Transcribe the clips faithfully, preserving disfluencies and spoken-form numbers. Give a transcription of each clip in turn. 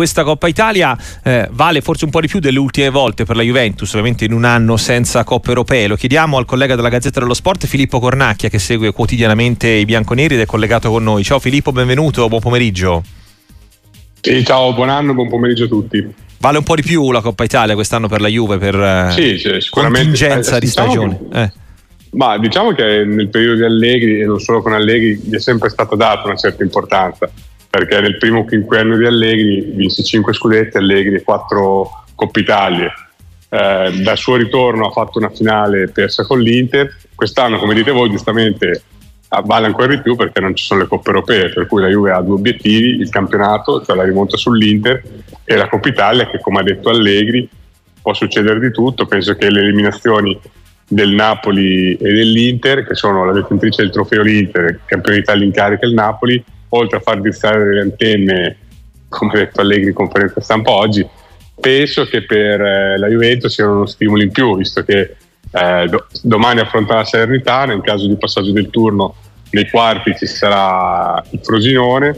questa Coppa Italia eh, vale forse un po' di più delle ultime volte per la Juventus, ovviamente in un anno senza Coppe Europee. Lo chiediamo al collega della Gazzetta dello Sport, Filippo Cornacchia, che segue quotidianamente i bianconeri ed è collegato con noi. Ciao Filippo, benvenuto, buon pomeriggio. Sì, ciao, buon anno, buon pomeriggio a tutti. Vale un po' di più la Coppa Italia quest'anno per la Juve per sì, sì, sicuramente, contingenza eh, di diciamo stagione? Che, eh. Ma diciamo che nel periodo di Allegri, e non solo con Allegri, gli è sempre stata data una certa importanza, perché nel primo quinquennio di Allegri vinse cinque scudetti Allegri e quattro Coppe Italie. Eh, dal suo ritorno ha fatto una finale persa con l'Inter. Quest'anno, come dite voi, giustamente vale ancora di più perché non ci sono le Coppe Europee, per cui la Juve ha due obiettivi: il campionato, cioè la rimonta sull'Inter, e la Coppa Italia, che come ha detto Allegri può succedere di tutto. Penso che le eliminazioni del Napoli e dell'Inter, che sono la detentrice del trofeo l'Inter, il campione d'Italia in carica il Napoli, oltre a far distrarre le antenne, come ha detto Allegri in conferenza stampa oggi, penso che per eh, la Juventus siano uno stimolo in più, visto che eh, do- domani affronta la Salernitana, in caso di passaggio del turno nei quarti ci sarà il Frosinone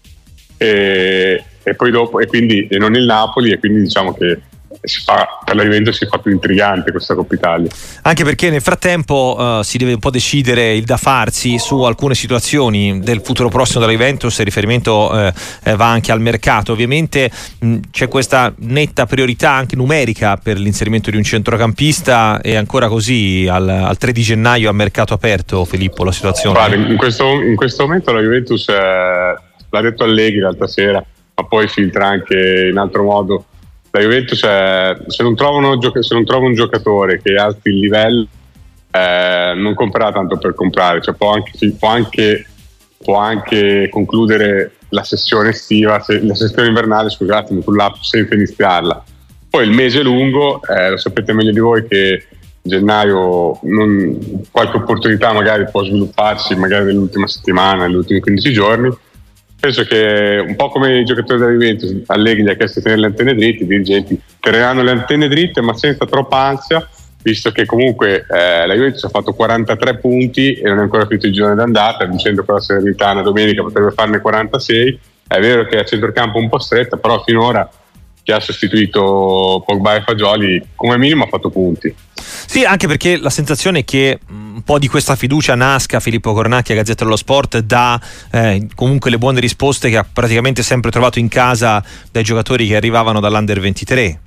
e, e poi dopo e quindi e non il Napoli, e quindi diciamo che si fa, per la Juventus si fa più intrigante questa Coppa Italia, anche perché nel frattempo uh, si deve un po' decidere il da farsi su alcune situazioni del futuro prossimo della Juventus. Il riferimento uh, va anche al mercato, ovviamente mh, c'è questa netta priorità anche numerica per l'inserimento di un centrocampista, e ancora così al, al tre di gennaio a mercato aperto. Filippo, la situazione? Guarda, in questo, in questo momento la Juventus eh, l'ha detto Allegri l'altra sera, ma poi filtra anche in altro modo. La Juventus è, se, non trovano, se non trova un giocatore che alzi il livello, eh, non comprerà tanto per comprare, cioè può, anche, può, anche, può anche concludere la sessione estiva, se, la sessione invernale, scusatemi, sull'app senza iniziarla. Poi il mese è lungo, eh, lo sapete meglio di voi che gennaio non, qualche opportunità magari può svilupparsi, magari nell'ultima settimana, negli ultimi quindici giorni. Penso che un po' come i giocatori della Juventus, Allegri gli ha chiesto di tenere le antenne dritte, i dirigenti teneranno le antenne dritte ma senza troppa ansia, visto che comunque eh, la Juventus ha fatto quarantatré punti e non è ancora finito il girone d'andata, vincendo con la Salernitana domenica potrebbe farne quarantasei. È vero che è a centrocampo un po' stretta, però finora chi ha sostituito Pogba e Fagioli come minimo ha fatto punti. Sì, anche perché la sensazione è che un po' di questa fiducia nasca, Filippo Cornacchia, Gazzetta dello Sport, da eh, comunque le buone risposte che ha praticamente sempre trovato in casa dai giocatori che arrivavano dall'Under ventitré.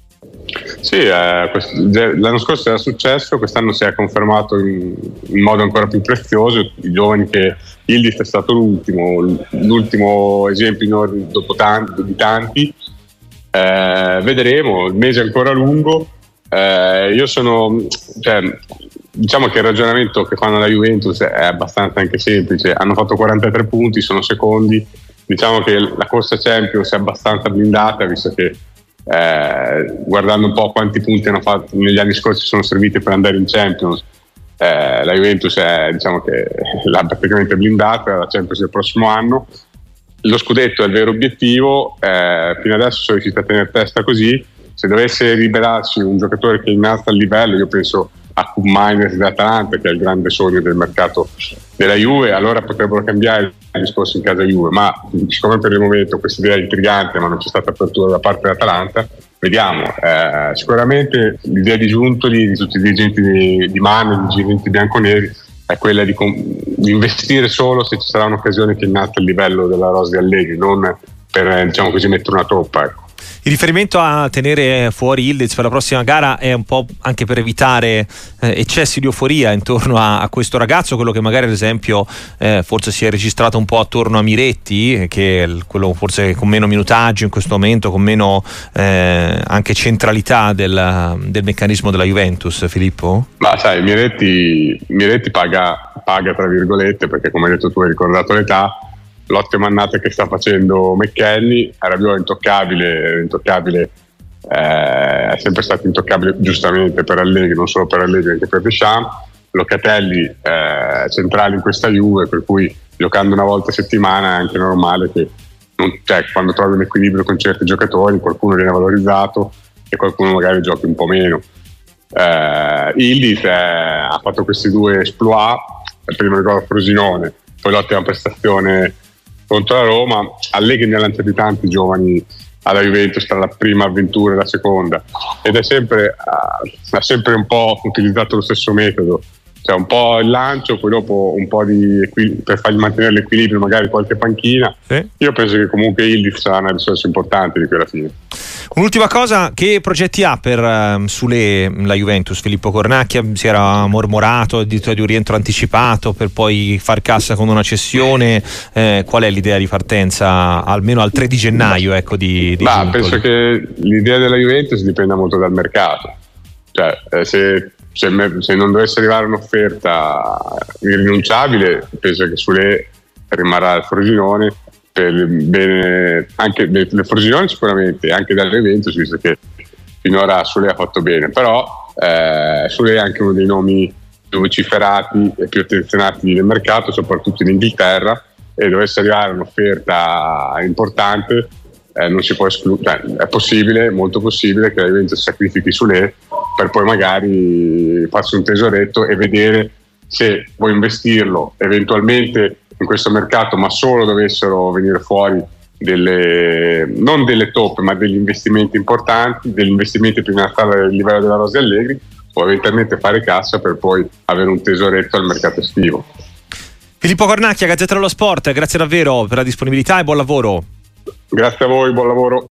Sì, eh, questo, l'anno scorso era successo, quest'anno si è confermato in, in modo ancora più prezioso. I giovani che Yildiz è stato l'ultimo, l'ultimo esempio in ordine dopo tanti, di tanti. Eh, vedremo, il mese è ancora lungo. Eh, io sono, cioè, diciamo che il ragionamento che fanno la Juventus è abbastanza anche semplice. Hanno fatto quarantatré punti, sono secondi. Diciamo che la corsa Champions è abbastanza blindata, visto che eh, guardando un po' quanti punti hanno fatto negli anni scorsi sono serviti per andare in Champions, eh, la Juventus è, diciamo che l'ha praticamente blindata. La Champions del prossimo anno, lo scudetto è il vero obiettivo. Eh, fino adesso sono riuscito a tenere testa così. Se dovesse liberarsi un giocatore che innalza il livello, io penso a Koopmeiners dell'Atalanta, che è il grande sogno del mercato della Juve, allora potrebbero cambiare il discorso in casa Juve. Ma siccome per il momento questa idea è intrigante ma non c'è stata apertura da parte dell'Atalanta, vediamo. Eh, sicuramente l'idea di Giuntoli, di tutti i dirigenti di, di Manu, di dirigenti bianconeri, è quella di, di investire solo se ci sarà un'occasione che innalza il livello della rosa di Allegri, non per, diciamo così, mettere una toppa, ecco. Il riferimento a tenere fuori Yildiz per la prossima gara è un po' anche per evitare eh, eccessi di euforia intorno a, a questo ragazzo, quello che magari ad esempio eh, forse si è registrato un po' attorno a Miretti, che è quello forse con meno minutaggio in questo momento, con meno eh, anche centralità del, del meccanismo della Juventus. Filippo? Ma sai, Miretti, Miretti paga, paga tra virgolette, perché come hai detto tu, hai ricordato l'età. L'ottima annata che sta facendo McKennie, Rabiot è intoccabile, intoccabile eh, è sempre stato intoccabile giustamente per Allegri, non solo per Allegri, anche per Deschamps. Locatelli eh, centrale in questa Juve, per cui giocando una volta a settimana è anche normale che non, cioè, quando trovi un equilibrio con certi giocatori qualcuno viene valorizzato e qualcuno magari giochi un po' meno. eh, Yildiz eh, ha fatto questi due exploit, prima il gol a Frosinone, poi l'ottima prestazione contro la Roma. Allegri ne ha lanciati tanti giovani alla Juventus tra la prima avventura e la seconda, ed è sempre, ha sempre un po' utilizzato lo stesso metodo, cioè un po' il lancio, poi dopo un po' di per fargli mantenere l'equilibrio, magari qualche panchina. Sì. Io penso che comunque Yildiz sarà una risorsa importante di quella fine. Un'ultima cosa, che progetti ha per uh, Sule la Juventus? Filippo Cornacchia si era mormorato addirittura di un rientro anticipato per poi far cassa con una cessione. Eh, qual è l'idea di partenza almeno al tre di gennaio? Ecco, di, di bah, penso che l'idea della Juventus dipenda molto dal mercato, cioè eh, se Se, me, se non dovesse arrivare un'offerta irrinunciabile, penso che Sule rimarrà al Frosinone per il bene anche del Frosinone, sicuramente anche dalle Juventus, visto che finora Sule ha fatto bene, però eh, Sule è anche uno dei nomi più vociferati e più attenzionati del mercato, soprattutto in Inghilterra, e dovesse arrivare un'offerta importante, Eh, non si può escludere, cioè, è possibile, molto possibile che la Juventus sacrifichi Sule per poi magari farsi un tesoretto e vedere se vuoi investirlo eventualmente in questo mercato, ma solo dovessero venire fuori delle, non delle top, ma degli investimenti importanti, degli investimenti prima di stare al livello della Rosy Allegri, o eventualmente fare cassa per poi avere un tesoretto al mercato estivo. Filippo Cornacchia, Gazzetta dello Sport, grazie davvero per la disponibilità e buon lavoro. Grazie a voi, buon lavoro.